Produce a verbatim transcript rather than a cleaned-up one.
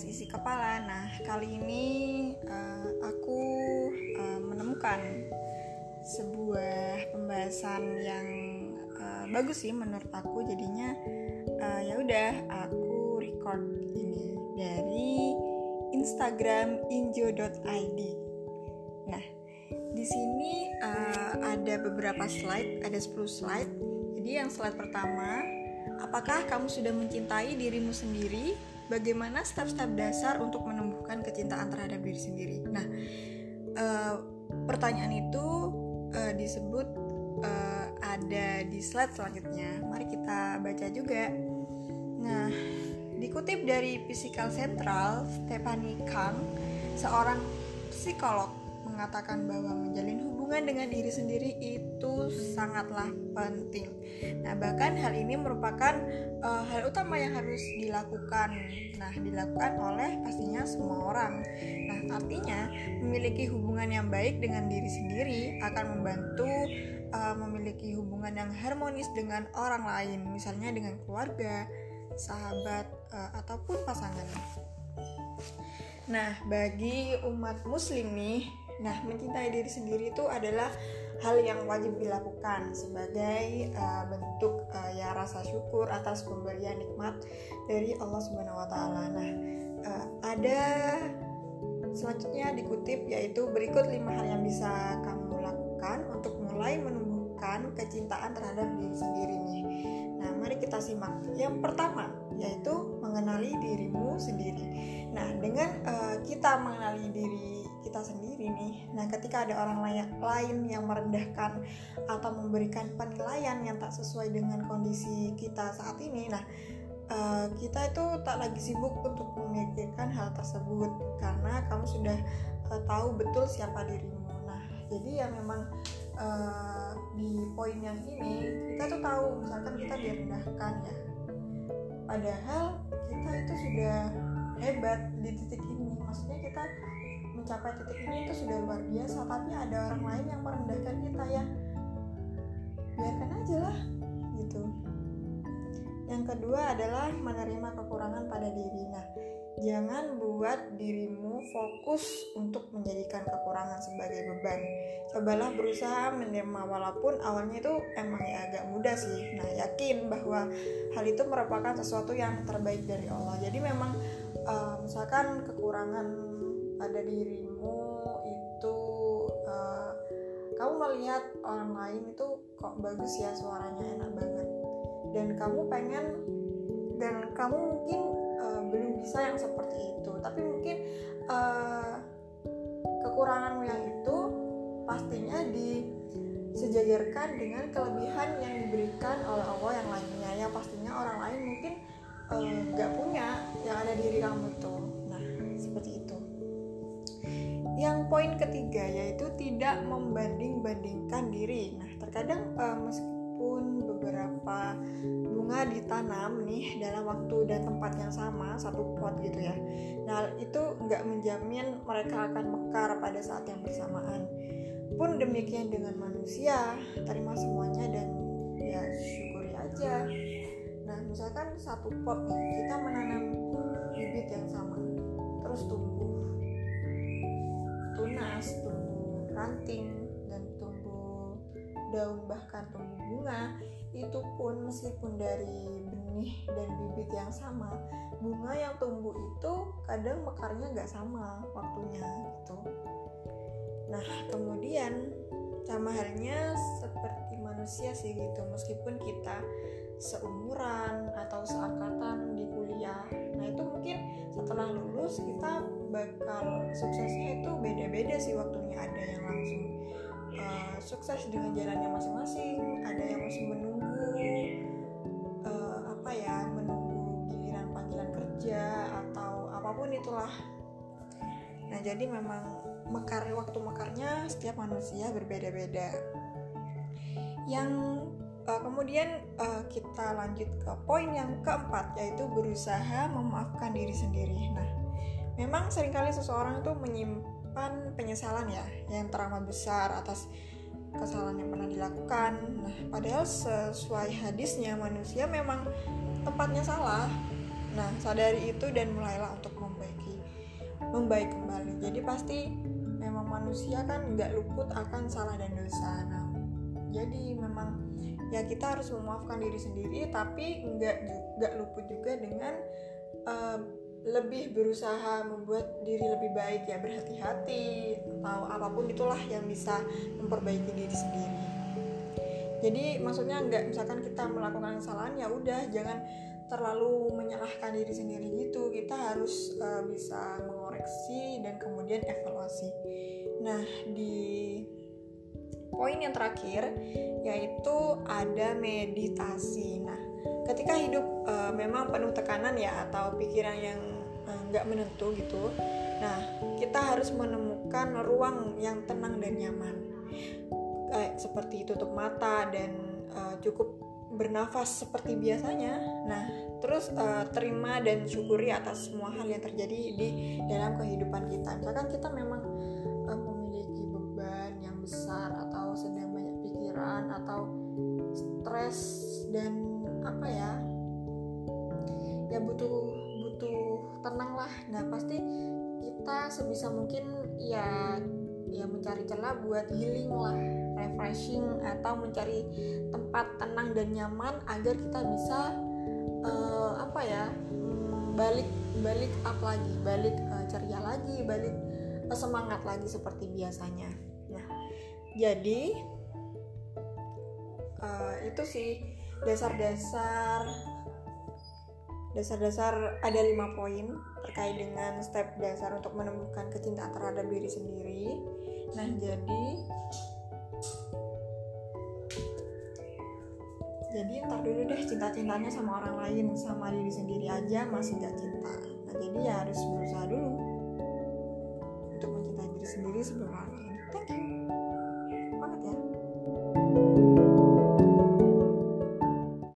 podcast Isi Kepala. Nah, kali ini uh, aku uh, menemukan sebuah pembahasan yang uh, bagus sih menurut aku. Jadinya uh, ya udah aku record ini dari Instagram injo dot i d. Nah, di sini uh, ada beberapa slide, ada sepuluh slide. Jadi yang slide pertama, apakah kamu sudah mencintai dirimu sendiri? Bagaimana step-step dasar untuk menumbuhkan kecintaan terhadap diri sendiri? Nah, uh, pertanyaan itu uh, disebut uh, ada di slide selanjutnya. Mari kita baca juga. Nah, dikutip dari Physical Central, Stephanie Kang, seorang psikolog, mengatakan bahwa menjalin hubungan dengan diri sendiri itu sangatlah penting. Nah, bahkan hal ini merupakan uh, hal utama yang harus dilakukan. Nah, dilakukan oleh pastinya semua orang. Nah, artinya memiliki hubungan yang baik dengan diri sendiri akan membantu uh, memiliki hubungan yang harmonis dengan orang lain, misalnya dengan keluarga, sahabat, uh, ataupun pasangan. Nah, bagi umat muslim nih, nah mencintai diri sendiri itu adalah hal yang wajib dilakukan sebagai uh, bentuk uh, ya rasa syukur atas pemberian nikmat dari Allah Subhanahu wa taala. Nah, uh, ada selanjutnya dikutip yaitu berikut lima hal yang bisa kamu lakukan untuk mulai menumbuhkan kecintaan terhadap diri sendiri nih. Nah, mari kita simak. Yang pertama yaitu mengenali dirimu sendiri. Nah, dengan uh, kita mengenali diri kita sendiri nih, nah ketika ada orang lain yang merendahkan atau memberikan penilaian yang tak sesuai dengan kondisi kita saat ini, nah uh, kita itu tak lagi sibuk untuk memikirkan hal tersebut karena kamu sudah uh, tahu betul siapa dirimu. Nah, jadi ya memang uh, di poin yang ini kita tuh tahu misalkan kita direndahkan ya, padahal kita itu sudah hebat di titik ini, maksudnya kita mencapai titik ini itu sudah luar biasa, tapi ada orang lain yang merendahkan kita ya biarkan aja lah gitu. Yang kedua adalah menerima kekurangan pada diri. Nah, jangan buat dirimu fokus untuk menjadikan kekurangan sebagai beban. Cobalah berusaha menerima walaupun awalnya itu emang ya agak mudah sih. Nah, yakin bahwa hal itu merupakan sesuatu yang terbaik dari Allah. Jadi memang uh, misalkan kekurangan pada dirimu itu uh, kamu melihat orang lain itu kok bagus ya, suaranya enak banget, dan kamu pengen dan kamu mungkin uh, belum bisa yang seperti itu, tapi mungkin uh, kekuranganmu yang itu pastinya disejajarkan dengan kelebihan yang diberikan oleh Allah yang lainnya, yang pastinya orang lain mungkin nggak uh, punya yang ada di diri kamu tuh. Nah, seperti itu. Yang poin ketiga yaitu tidak membanding-bandingkan diri. Nah, terkadang uh, meskipun beberapa bunga ditanam nih dalam waktu dan tempat yang sama, satu pot gitu ya, nah itu nggak menjamin mereka akan mekar pada saat yang bersamaan. Pun demikian dengan manusia, terima semuanya dan ya syukuri aja. Nah, misalkan satu pot nih, kita menanam bibit yang sama, terus tumbuh tunas, tumbuh ranting, dan tumbuh daun, bahkan tumbuh bunga. Itu pun meskipun dari benih dan bibit yang sama, bunga yang tumbuh itu kadang mekarnya gak sama waktunya gitu. Nah, kemudian sama halnya seperti manusia sih gitu, meskipun kita seumuran atau seangkatan di kuliah, nah itu mungkin setelah lulus kita bakal suksesnya itu beda-beda sih waktunya. Ada yang langsung uh, sukses dengan jalannya masing-masing, ada yang masih menunggu uh, apa ya menunggu giliran panggilan kerja atau apapun itulah. Nah, jadi memang mekar waktu mekarnya setiap manusia berbeda-beda. Yang uh, kemudian uh, kita lanjut ke poin yang keempat yaitu berusaha memaafkan diri sendiri. Nah, memang seringkali seseorang itu menyimpan penyesalan ya yang teramat besar atas kesalahan yang pernah dilakukan. Nah, padahal sesuai hadisnya manusia memang tempatnya salah, Nah, sadari itu dan mulailah untuk membaiki membaik kembali. Jadi pasti memang manusia kan nggak luput akan salah dan dosa. Nah, jadi memang ya kita harus memaafkan diri sendiri, tapi nggak nggak luput juga dengan uh, lebih berusaha membuat diri lebih baik, ya berhati-hati atau apapun itulah yang bisa memperbaiki diri sendiri. Jadi maksudnya nggak, misalkan kita melakukan kesalahan ya udah jangan terlalu menyalahkan diri sendiri gitu. Kita harus uh, bisa mengoreksi dan kemudian evaluasi. Nah, di poin yang terakhir yaitu ada meditasi. Nah, ketika hidup uh, memang penuh tekanan ya, atau pikiran yang nggak uh, menentu gitu, nah kita harus menemukan ruang yang tenang dan nyaman, kayak seperti tutup mata dan uh, cukup bernafas seperti biasanya. Nah, terus uh, terima dan syukuri atas semua hal yang terjadi di dalam kehidupan kita. Misalkan kita memang uh, memiliki beban yang besar, atau sedang banyak pikiran, atau stres dan apa ya, ya butuh butuh tenang lah. Nah, pasti kita sebisa mungkin ya ya mencari celah buat healing lah, refreshing, atau mencari tempat tenang dan nyaman agar kita bisa uh, apa ya um, balik balik up lagi, balik uh, ceria lagi, balik uh, semangat lagi seperti biasanya. Nah, jadi uh, itu sih dasar-dasar dasar-dasar ada lima poin terkait dengan step dasar untuk menemukan kecintaan terhadap diri sendiri. Nah, jadi jadi ntar dulu deh cinta-cintanya sama orang lain, sama diri sendiri aja masih gak cinta. Nah, jadi ya harus berusaha dulu untuk mencintai diri sendiri sebelum orang lain. Thank you.